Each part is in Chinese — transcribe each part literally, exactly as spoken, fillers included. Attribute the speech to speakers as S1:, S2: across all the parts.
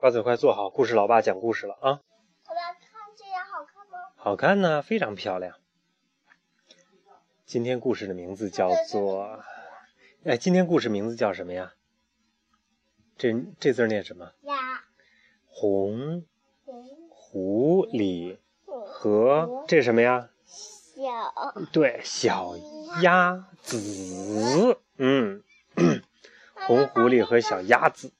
S1: 把嘴快坐好，故事老爸讲故事了啊！
S2: 我要看这样好看吗？
S1: 好看呢，非常漂亮。今天故事的名字叫做……哎，今天故事名字叫什么呀？这这字念什么？
S2: 鸭。
S1: 红狐狸和这是什么呀？
S2: 小。
S1: 对，小鸭子。嗯，红狐狸和小鸭子。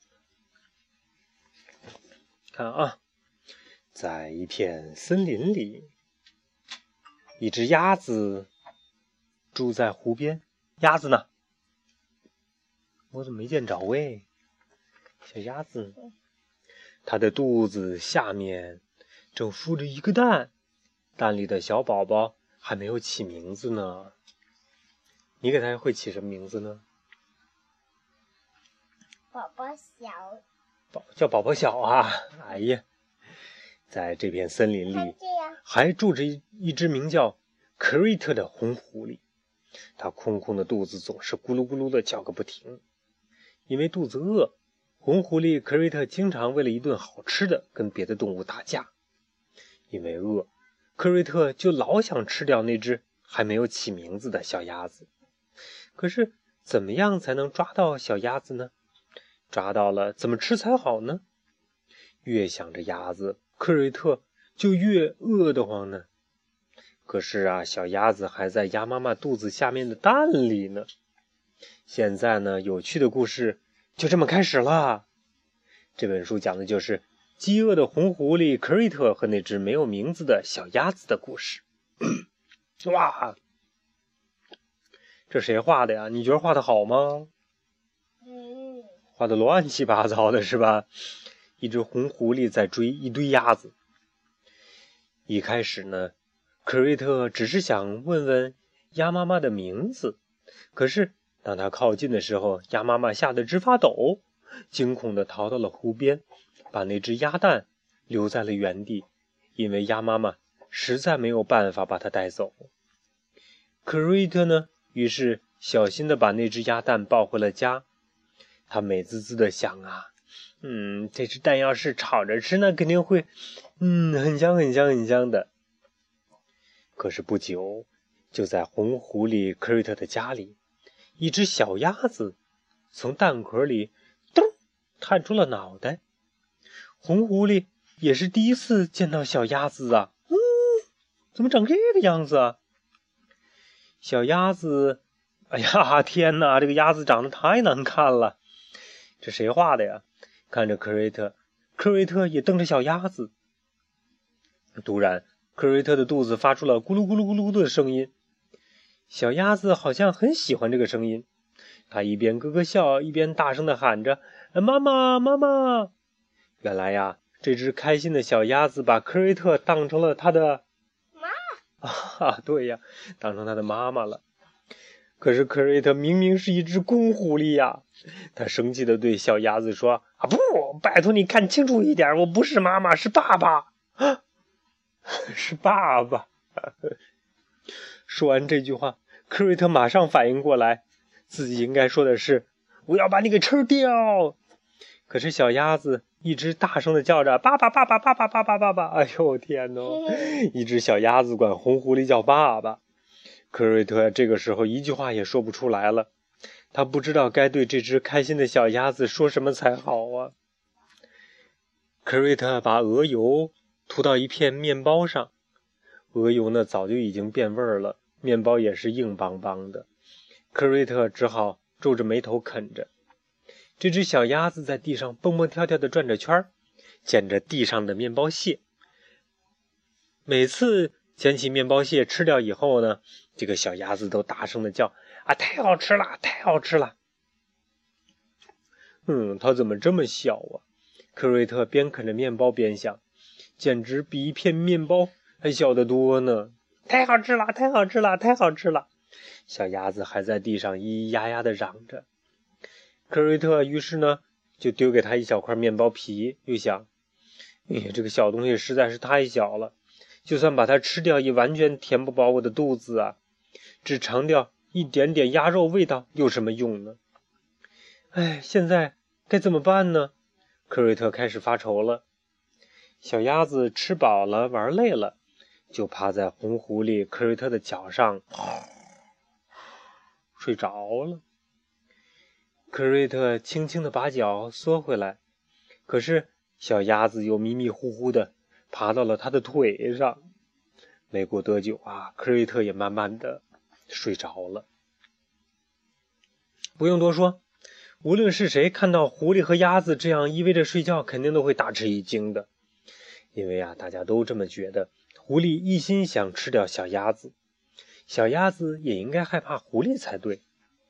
S1: 看啊，在一片森林里，一只鸭子住在湖边。鸭子呢？我怎么没见着喂？小鸭子，它的肚子下面正孵着一个蛋，蛋里的小宝宝还没有起名字呢。你给它会起什么名字呢？
S2: 宝宝小。
S1: 宝叫宝宝小啊！哎呀，在这片森林里还住着一一只名叫克瑞特的红狐狸，它空空的肚子总是咕噜咕噜的叫个不停。因为肚子饿，红狐狸克瑞特经常为了一顿好吃的跟别的动物打架。因为饿，克瑞特就老想吃掉那只还没有起名字的小鸭子。可是怎么样才能抓到小鸭子呢？抓到了怎么吃才好呢？越想着鸭子，克瑞特就越饿得慌呢。可是啊，小鸭子还在鸭妈妈肚子下面的蛋里呢。现在呢，有趣的故事就这么开始了。这本书讲的就是饥饿的红狐狸克瑞特和那只没有名字的小鸭子的故事。哇，这谁画的呀？你觉得画的好吗？
S2: 嗯，
S1: 画的乱七八糟的是吧？一只红狐狸在追一堆鸭子。一开始呢，克瑞特只是想问问鸭妈妈的名字，可是当他靠近的时候，鸭妈妈吓得直发抖，惊恐地逃到了湖边，把那只鸭蛋留在了原地，因为鸭妈妈实在没有办法把它带走。克瑞特呢，于是小心地把那只鸭蛋抱回了家。他美滋滋地想啊，嗯，这只蛋要是炒着吃呢，肯定会，嗯，很香很香很香的。可是不久，就在红狐狸克瑞特的家里，一只小鸭子从蛋壳里咚探出了脑袋。红狐狸也是第一次见到小鸭子啊，嗯，怎么长这个样子啊？小鸭子，哎呀，天哪，这个鸭子长得太难看了。这谁画的呀？看着克瑞特，克瑞特也瞪着小鸭子。突然，克瑞特的肚子发出了咕噜咕噜咕噜的声音。小鸭子好像很喜欢这个声音，它一边咯咯笑，一边大声地喊着：“妈妈，妈妈！”原来呀，这只开心的小鸭子把克瑞特当成了它的妈啊，对呀，当成它的妈妈了。可是克瑞特明明是一只公狐狸呀，他生气地对小鸭子说：“啊不，拜托你看清楚一点，我不是妈妈，是爸爸，啊，是爸爸。”说完这句话，克瑞特马上反应过来，自己应该说的是：“我要把你给吃掉。”可是小鸭子一直大声地叫着：“爸爸，爸爸，爸爸，爸爸，爸爸！”哎呦天哪！一只小鸭子管红狐狸叫爸爸。克瑞特这个时候一句话也说不出来了，他不知道该对这只开心的小鸭子说什么才好啊。克瑞特把鹅油涂到一片面包上，鹅油呢早就已经变味了，面包也是硬邦邦的。克瑞特只好皱着眉头啃着。这只小鸭子在地上蹦蹦跳跳地转着圈，捡着地上的面包屑。每次捡起面包屑吃掉以后呢，这个小鸭子都大声地叫：“啊，太好吃了，太好吃了！”嗯，它怎么这么小啊？克瑞特边啃着面包边想，简直比一片面包还小得多呢。太好吃了，太好吃了，太好吃了！小鸭子还在地上咿咿呀呀地嚷着。克瑞特于是呢，就丢给他一小块面包皮，又想，哎呀，这个小东西实在是太小了，就算把它吃掉，也完全填不饱我的肚子啊！只尝掉一点点鸭肉味道有什么用呢？哎，现在该怎么办呢？ 科瑞特开始发愁了。小鸭子吃饱了，玩累了，就趴在红狐狸科瑞特的脚上睡着了。科瑞特轻轻地把脚缩回来，可是小鸭子又迷迷糊糊地爬到了他的腿上。没过多久啊，科瑞特也慢慢地睡着了。不用多说，无论是谁看到狐狸和鸭子这样依偎着睡觉，肯定都会大吃一惊的。因为啊，大家都这么觉得，狐狸一心想吃掉小鸭子，小鸭子也应该害怕狐狸才对。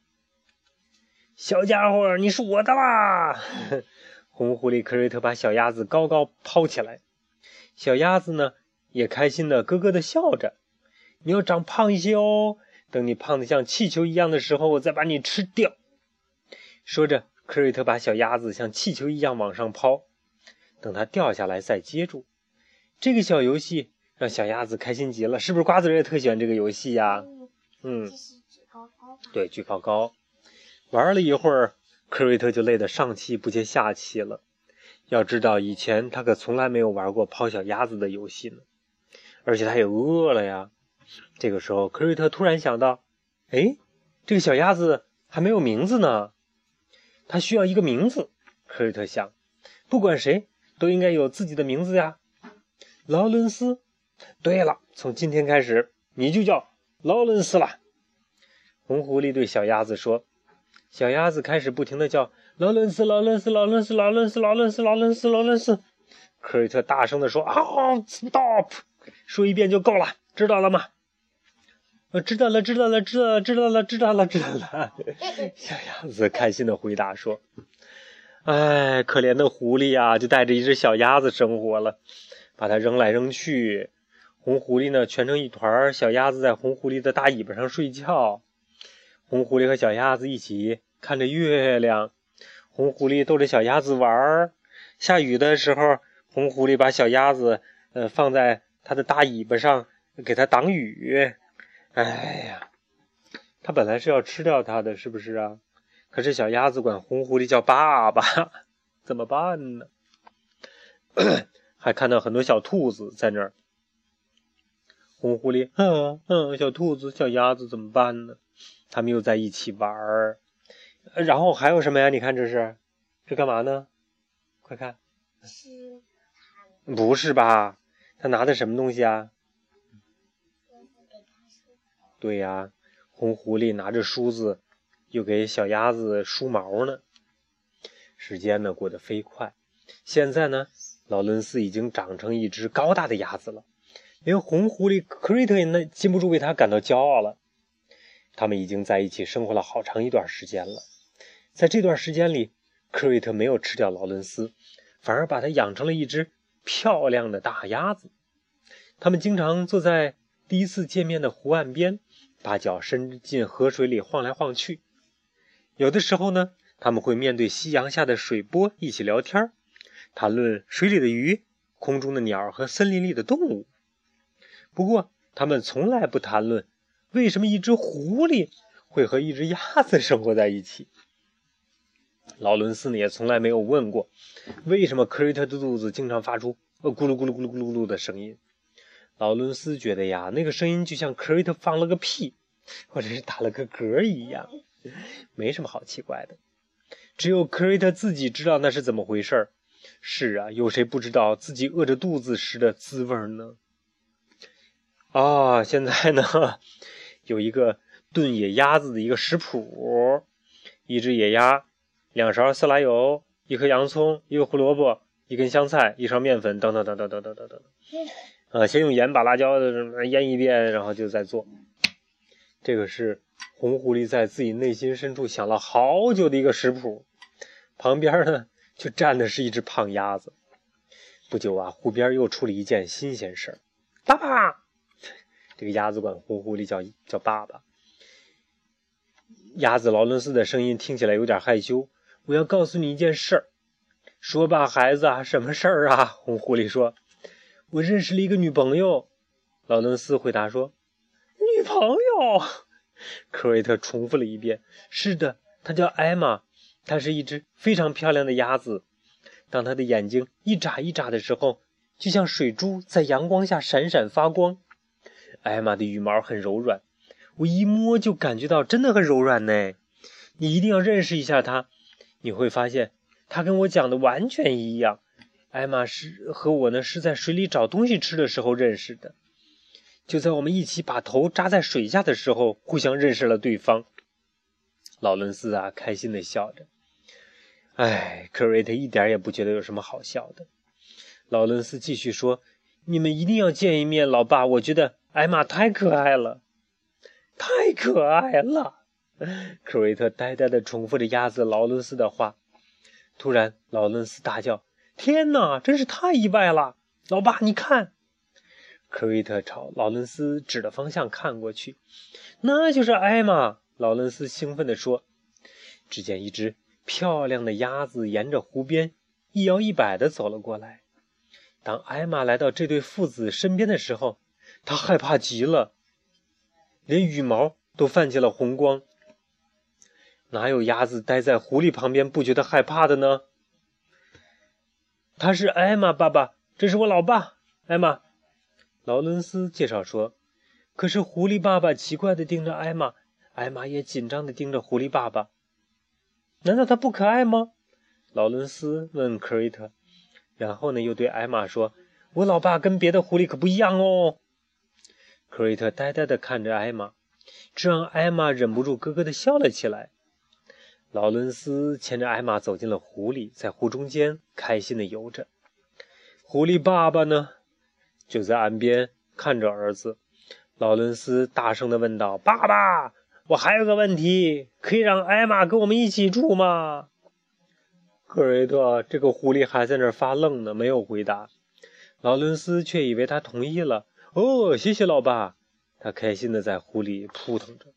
S1: 小家伙，你是我的啦！红狐狸科瑞特把小鸭子高高抛起来，小鸭子呢也开心的咯咯的笑着。你要长胖一些哦，等你胖得像气球一样的时候，我再把你吃掉。说着，科瑞特把小鸭子像气球一样往上抛，等它掉下来再接住。这个小游戏让小鸭子开心极了，是不是瓜子人也特喜欢这个游戏呀？嗯，
S2: 这是举高高吧？
S1: 对，举高高。玩了一会儿，科瑞特就累得上气不接下气了。要知道，以前他可从来没有玩过抛小鸭子的游戏呢，而且他也饿了呀。这个时候，科瑞特突然想到，哎，这个小鸭子还没有名字呢，他需要一个名字。科瑞特想，不管谁都应该有自己的名字呀。劳伦斯，对了，从今天开始你就叫劳伦斯了。红狐狸对小鸭子说。小鸭子开始不停地叫劳伦斯，劳伦斯，劳伦斯，劳伦斯，劳伦斯，劳伦斯，劳伦斯。科瑞特大声地说：“啊 ，stop！ 说一遍就够了，知道了吗？”我知道了，知道了，知道了，知道了，知道了，知道了。小鸭子开心地回答说：“哎，可怜的狐狸呀、啊，就带着一只小鸭子生活了，把它扔来扔去。红狐狸呢，蜷成一团，小鸭子在红狐狸的大尾巴上睡觉。红狐狸和小鸭子一起看着月亮，红狐狸逗着小鸭子玩。下雨的时候，红狐狸把小鸭子呃放在它的大尾巴上，给它挡雨。哎呀，它本来是要吃掉它的，是不是啊？可是小鸭子管红狐狸叫爸爸，怎么办呢？还看到很多小兔子在那儿。红狐狸，嗯嗯，小兔子、小鸭子怎么办呢？他们又在一起玩儿，然后还有什么呀？你看这是，这干嘛呢？快看，
S2: 是
S1: 不是吧？他拿的什么东西啊？对呀，红狐狸拿着梳子，又给小鸭子梳毛呢。时间呢过得飞快，现在呢，劳伦斯已经长成一只高大的鸭子了，连红狐狸科瑞特也呢禁不住为他感到骄傲了。他们已经在一起生活了好长一段时间了。在这段时间里，科瑞特没有吃掉劳伦斯，反而把他养成了一只漂亮的大鸭子。他们经常坐在第一次见面的湖岸边，把脚伸进河水里晃来晃去。有的时候呢，他们会面对夕阳下的水波一起聊天，谈论水里的鱼、空中的鸟和森林里的动物。不过，他们从来不谈论为什么一只狐狸会和一只鸭子生活在一起。劳伦斯呢也从来没有问过，为什么科瑞特的肚子经常发出咕噜咕噜咕噜咕噜咕噜的声音。劳伦斯觉得呀，那个声音就像科瑞特放了个屁，或者是打了个嗝一样，没什么好奇怪的。只有科瑞特自己知道那是怎么回事。是啊，有谁不知道自己饿着肚子时的滋味呢？啊，现在呢，有一个炖野鸭子的一个食谱，一只野鸭，两勺色拉油，一颗洋葱，一个胡萝卜，一根香菜，一勺面粉，等等等等等等等等。啊，先用盐把辣椒腌一遍，然后就再做。这个是红狐狸在自己内心深处想了好久的一个食谱。旁边呢，就站的是一只胖鸭子。不久啊，湖边又出了一件新鲜事儿。爸爸！这个鸭子管红狐狸叫叫爸爸。鸭子劳伦斯的声音听起来有点害羞。我要告诉你一件事儿。说吧，孩子，什么事儿啊？红狐狸说。我认识了一个女朋友。劳伦斯回答说。女朋友？科瑞特重复了一遍。是的，她叫艾玛，她是一只非常漂亮的鸭子。 当他的眼睛一眨一眨的时候，就像水珠在阳光下闪闪发光。艾玛的羽毛很柔软，我一摸就感觉到真的很柔软呢。你一定要认识一下它，你会发现它跟我讲的完全一样。艾玛是和我呢是在水里找东西吃的时候认识的，就在我们一起把头扎在水下的时候，互相认识了对方。劳伦斯啊，开心地笑着。哎，克瑞特一点也不觉得有什么好笑的。劳伦斯继续说：“你们一定要见一面，老爸，我觉得艾玛太可爱了，太可爱了。”克瑞特呆呆地重复着鸭子劳伦斯的话。突然，劳伦斯大叫：“天哪，真是太意外了！老爸，你看！”克瑞特朝劳伦斯指的方向看过去，那就是艾玛。劳伦斯兴奋地说。只见一只漂亮的鸭子沿着湖边一摇一摆地走了过来。当艾玛来到这对父子身边的时候，她害怕极了，连羽毛都泛起了红光。哪有鸭子待在狐狸旁边不觉得害怕的呢？他是艾玛爸爸，这是我老爸，艾玛。劳伦斯介绍说。可是狐狸爸爸奇怪地盯着艾玛，艾玛也紧张地盯着狐狸爸爸。难道他不可爱吗？劳伦斯问克瑞特，然后呢又对艾玛说：“我老爸跟别的狐狸可不一样哦。”克瑞特呆呆地看着艾玛，这让艾玛忍不住咯咯地笑了起来。劳伦斯牵着艾玛走进了湖里，在湖中间开心地游着。狐狸爸爸呢，就在岸边看着儿子。劳伦斯大声地问道：“爸爸，我还有个问题，可以让艾玛跟我们一起住吗？”克瑞特这个狐狸还在那儿发愣呢，没有回答。劳伦斯却以为他同意了。哦，谢谢老爸，他开心地在湖里扑腾着。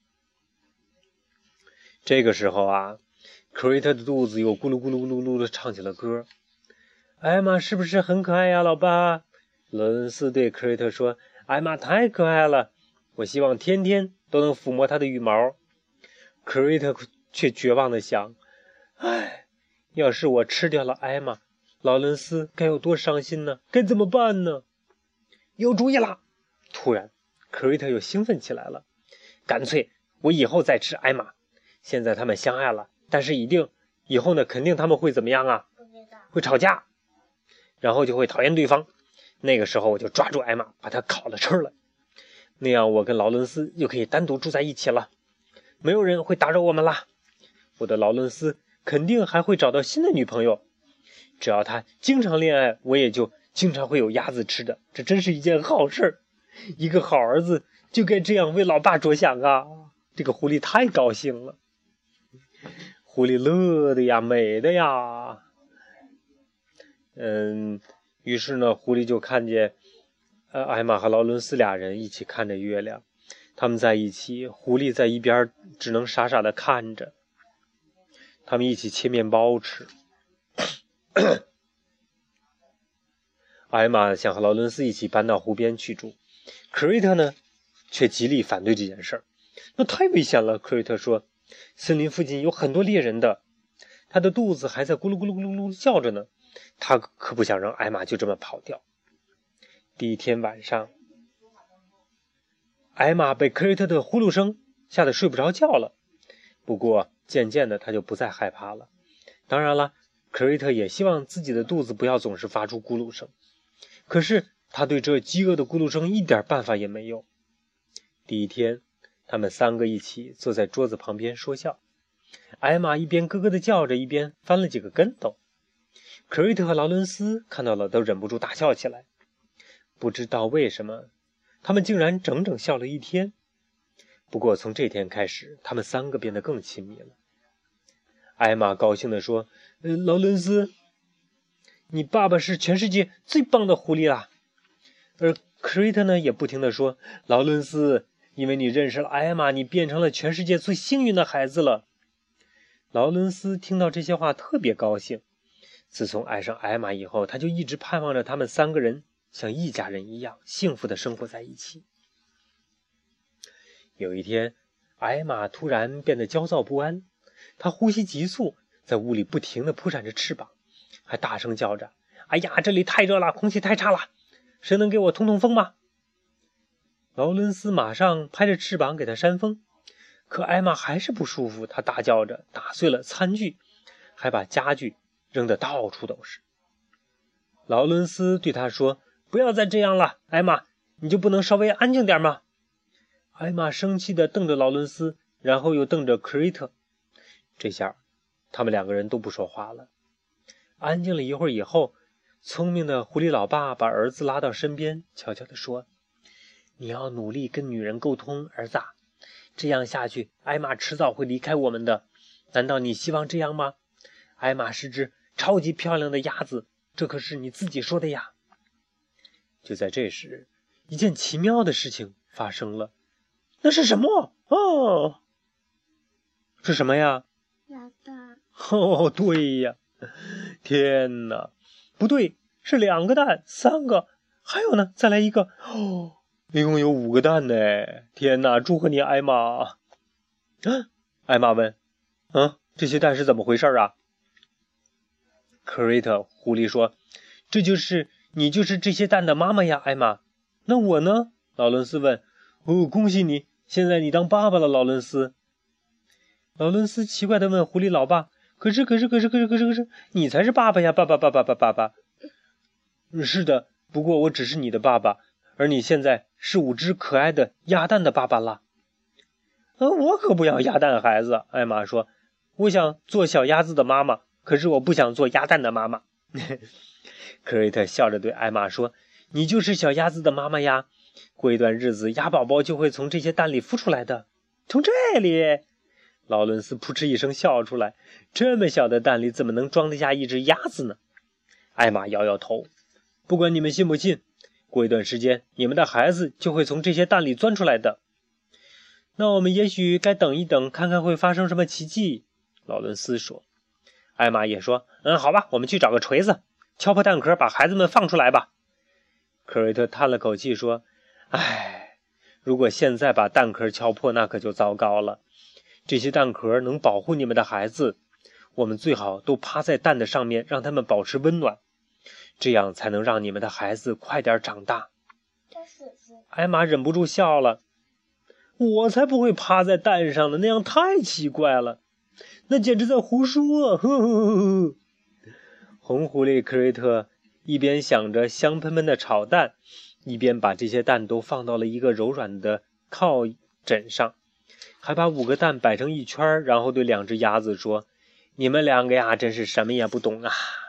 S1: 这个时候啊，克瑞特的肚子又咕噜咕噜咕噜噜地唱起了歌。艾玛是不是很可爱呀，老爸？劳伦斯对克瑞特说：“艾玛太可爱了，我希望天天都能抚摸她的羽毛。”克瑞特却绝望地想：“唉，要是我吃掉了艾玛，劳伦斯该有多伤心呢？该怎么办呢？”有主意了！突然，克瑞特又兴奋起来了。干脆我以后再吃艾玛。现在他们相爱了，但是一定以后呢，肯定他们会怎么样啊？会吵架，然后就会讨厌对方。那个时候我就抓住艾玛，把她烤了吃了。那样我跟劳伦斯就可以单独住在一起了，没有人会打扰我们啦。我的劳伦斯肯定还会找到新的女朋友。只要他经常恋爱，我也就经常会有鸭子吃的。这真是一件好事。一个好儿子就该这样为老爸着想啊！这个狐狸太高兴了。狐狸乐的呀，美的呀。嗯，于是呢，狐狸就看见呃，艾玛和劳伦斯俩人一起看着月亮。他们在一起，狐狸在一边只能傻傻的看着。他们一起切面包吃。艾玛想和劳伦斯一起搬到湖边去住，克瑞特呢，却极力反对这件事儿。那太危险了，克瑞特说。森林附近有很多猎人的，他的肚子还在咕噜咕噜咕噜咕噜叫着呢。他可不想让艾玛就这么跑掉。第一天晚上，艾玛被克瑞特的呼噜声吓得睡不着觉了。不过渐渐的，他就不再害怕了。当然了，克瑞特也希望自己的肚子不要总是发出咕噜声。可是他对这饥饿的咕噜声一点办法也没有。第一天，他们三个一起坐在桌子旁边说笑。艾玛一边咯咯地叫着，一边翻了几个跟斗。克瑞特和劳伦斯看到了都忍不住大笑起来。不知道为什么，他们竟然整整笑了一天。不过从这天开始，他们三个变得更亲密了。艾玛高兴地说：“呃，劳伦斯，你爸爸是全世界最棒的狐狸啦。”而克瑞特呢，也不停地说：“劳伦斯，因为你认识了艾玛，你变成了全世界最幸运的孩子了。”劳伦斯听到这些话特别高兴。自从爱上艾玛以后，他就一直盼望着他们三个人像一家人一样幸福地生活在一起。有一天，艾玛突然变得焦躁不安，她呼吸急促，在屋里不停地扑闪着翅膀。 还大声叫着：“哎呀，这里太热了，空气太差了，谁能给我通通风吗？”劳伦斯马上拍着翅膀给他扇风，可艾玛还是不舒服，她大叫着打碎了餐具，还把家具扔得到处都是。劳伦斯对他说：“不要再这样了，艾玛，你就不能稍微安静点吗？”艾玛生气地瞪着劳伦斯，然后又瞪着克瑞特。这下他们两个人都不说话了。安静了一会儿以后，聪明的狐狸老爸把儿子拉到身边，悄悄地说：“你要努力跟女人沟通，儿子，这样下去，艾玛迟早会离开我们的。难道你希望这样吗？艾玛是只超级漂亮的鸭子，这可是你自己说的呀。”就在这时，一件奇妙的事情发生了。那是什么？哦，是什么呀？
S2: 鸭蛋。
S1: 哦，对呀，天哪，不对，是两个蛋，三个，还有呢，再来一个，哦，一共有五个蛋呢！天哪，祝贺你，艾玛！啊，艾玛问：“嗯，这些蛋是怎么回事啊？”克瑞特狐狸说：“这就是你，就是这些蛋的妈妈呀，艾玛。”那我呢？劳伦斯问。哦，恭喜你，现在你当爸爸了，劳伦斯。劳伦斯奇怪地问狐狸老爸：“可是，可是，可是，可是，可是，可是，你才是爸爸呀，爸爸，爸爸，爸爸，爸爸。”是的，不过我只是你的爸爸，而你现在是五只可爱的鸭蛋的爸爸啦。呃，我可不要鸭蛋孩子，艾玛说，我想做小鸭子的妈妈，可是我不想做鸭蛋的妈妈。克瑞特笑着对艾玛说：“你就是小鸭子的妈妈呀，过一段日子，鸭宝宝就会从这些蛋里孵出来的。”从这里，劳伦斯扑哧一声笑出来，这么小的蛋里怎么能装得下一只鸭子呢？艾玛摇摇头，不管你们信不信，过一段时间，你们的孩子就会从这些蛋里钻出来的。那我们也许该等一等，看看会发生什么奇迹。劳伦斯说。艾玛也说：“嗯，好吧，我们去找个锤子，敲破蛋壳，把孩子们放出来吧。”克瑞特叹了口气说：“唉，如果现在把蛋壳敲破，那可就糟糕了。这些蛋壳能保护你们的孩子，我们最好都趴在蛋的上面，让他们保持温暖，这样才能让你们的孩子快点长大。”艾玛忍不住笑了。我才不会趴在蛋上呢，那样太奇怪了，那简直在胡说。呵呵呵呵。红狐狸克瑞特一边想着香喷喷的炒蛋，一边把这些蛋都放到了一个柔软的靠枕上，还把五个蛋摆成一圈，然后对两只鸭子说：“你们两个呀，真是什么也不懂啊。”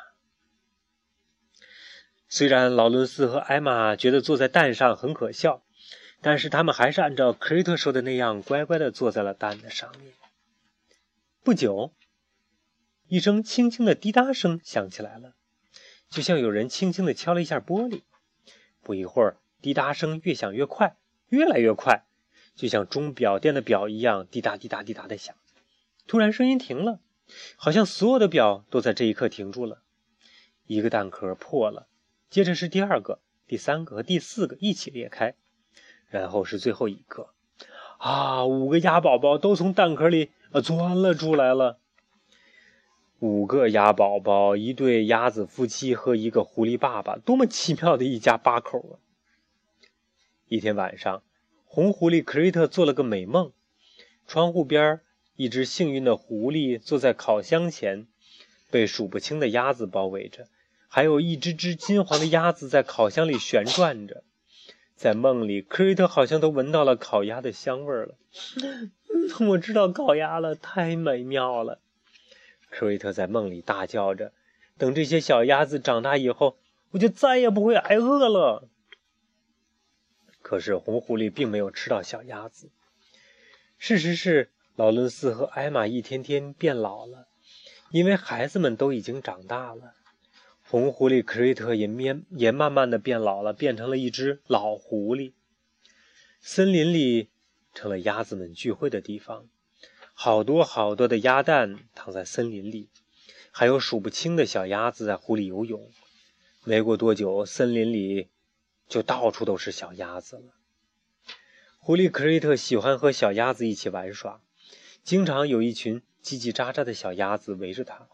S1: 虽然劳伦斯和艾玛觉得坐在蛋上很可笑，但是他们还是按照克瑞特说的那样乖乖地坐在了蛋的上面。不久，一声轻轻的滴答声响起来了，就像有人轻轻地敲了一下玻璃。不一会儿，滴答声越响越快，越来越快，就像钟表店的表一样，滴答滴答滴答地响。突然声音停了，好像所有的表都在这一刻停住了。一个蛋壳破了，接着是第二个、第三个和第四个一起裂开，然后是最后一个。啊，五个鸭宝宝都从蛋壳里呃钻了出来了。五个鸭宝宝，一对鸭子夫妻和一个狐狸爸爸，多么奇妙的一家八口啊！一天晚上，红狐狸克瑞特做了个美梦。窗户边，一只幸运的狐狸坐在烤箱前，被数不清的鸭子包围着，还有一只只金黄的鸭子在烤箱里旋转着。在梦里，克瑞特好像都闻到了烤鸭的香味了。嗯，我知道烤鸭了，太美妙了。克瑞特在梦里大叫着，等这些小鸭子长大以后，我就再也不会挨饿了。可是红狐狸并没有吃到小鸭子。事实是，劳伦斯和艾玛一天天变老了，因为孩子们都已经长大了。红狐狸克瑞特也面也慢慢的变老了，变成了一只老狐狸。森林里成了鸭子们聚会的地方，好多好多的鸭蛋躺在森林里，还有数不清的小鸭子在湖里游泳。没过多久，森林里就到处都是小鸭子了。狐狸克瑞特喜欢和小鸭子一起玩耍，经常有一群叽叽喳喳的小鸭子围着他，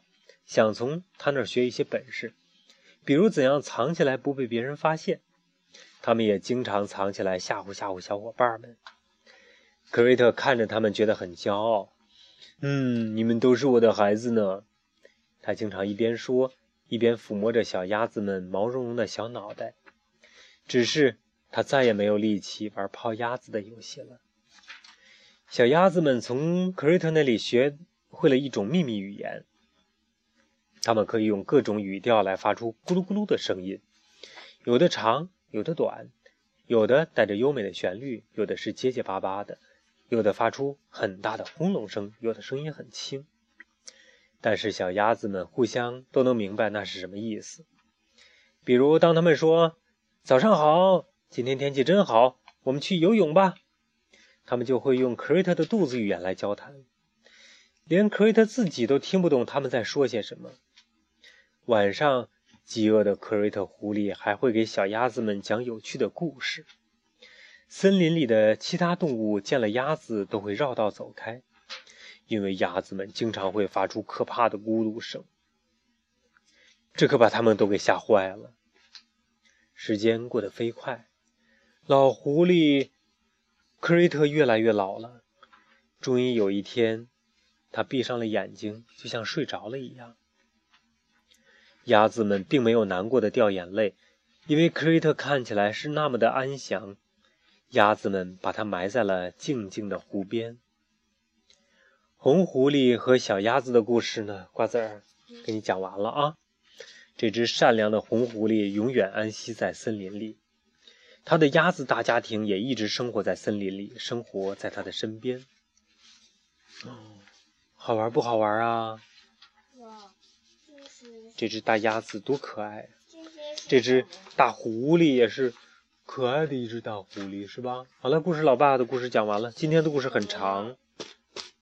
S1: 想从他那儿学一些本事，比如怎样藏起来不被别人发现。他们也经常藏起来吓唬吓唬小伙伴们。克瑞特看着他们觉得很骄傲。嗯，你们都是我的孩子呢。他经常一边说，一边抚摸着小鸭子们毛茸茸的小脑袋。只是他再也没有力气玩抛鸭子的游戏了。小鸭子们从克瑞特那里学会了一种秘密语言，他们可以用各种语调来发出咕噜咕噜的声音，有的长，有的短，有的带着优美的旋律，有的是结结巴巴的，有的发出很大的轰隆声，有的声音很轻。但是小鸭子们互相都能明白那是什么意思。比如当他们说早上好，今天天气真好，我们去游泳吧，他们就会用克瑞特的肚子语言来交谈，连克瑞特自己都听不懂他们在说些什么。晚上，饥饿的克瑞特狐狸还会给小鸭子们讲有趣的故事。森林里的其他动物见了鸭子都会绕道走开，因为鸭子们经常会发出可怕的咕噜声，这可把他们都给吓坏了。时间过得飞快，老狐狸克瑞特越来越老了。终于有一天，他闭上了眼睛，就像睡着了一样。鸭子们并没有难过的掉眼泪，因为克瑞特看起来是那么的安详。鸭子们把它埋在了静静的湖边。红狐狸和小鸭子的故事呢，瓜子儿给你讲完了啊。这只善良的红狐狸永远安息在森林里，它的鸭子大家庭也一直生活在森林里，生活在它的身边。哦，好玩不好玩啊？
S2: 哇，这是
S1: 这只大鸭子多可爱，
S2: 这些是
S1: 这只大狐狸也是可爱的一只大狐狸，是吧？好了，故事老爸的故事讲完了，今天的故事很长。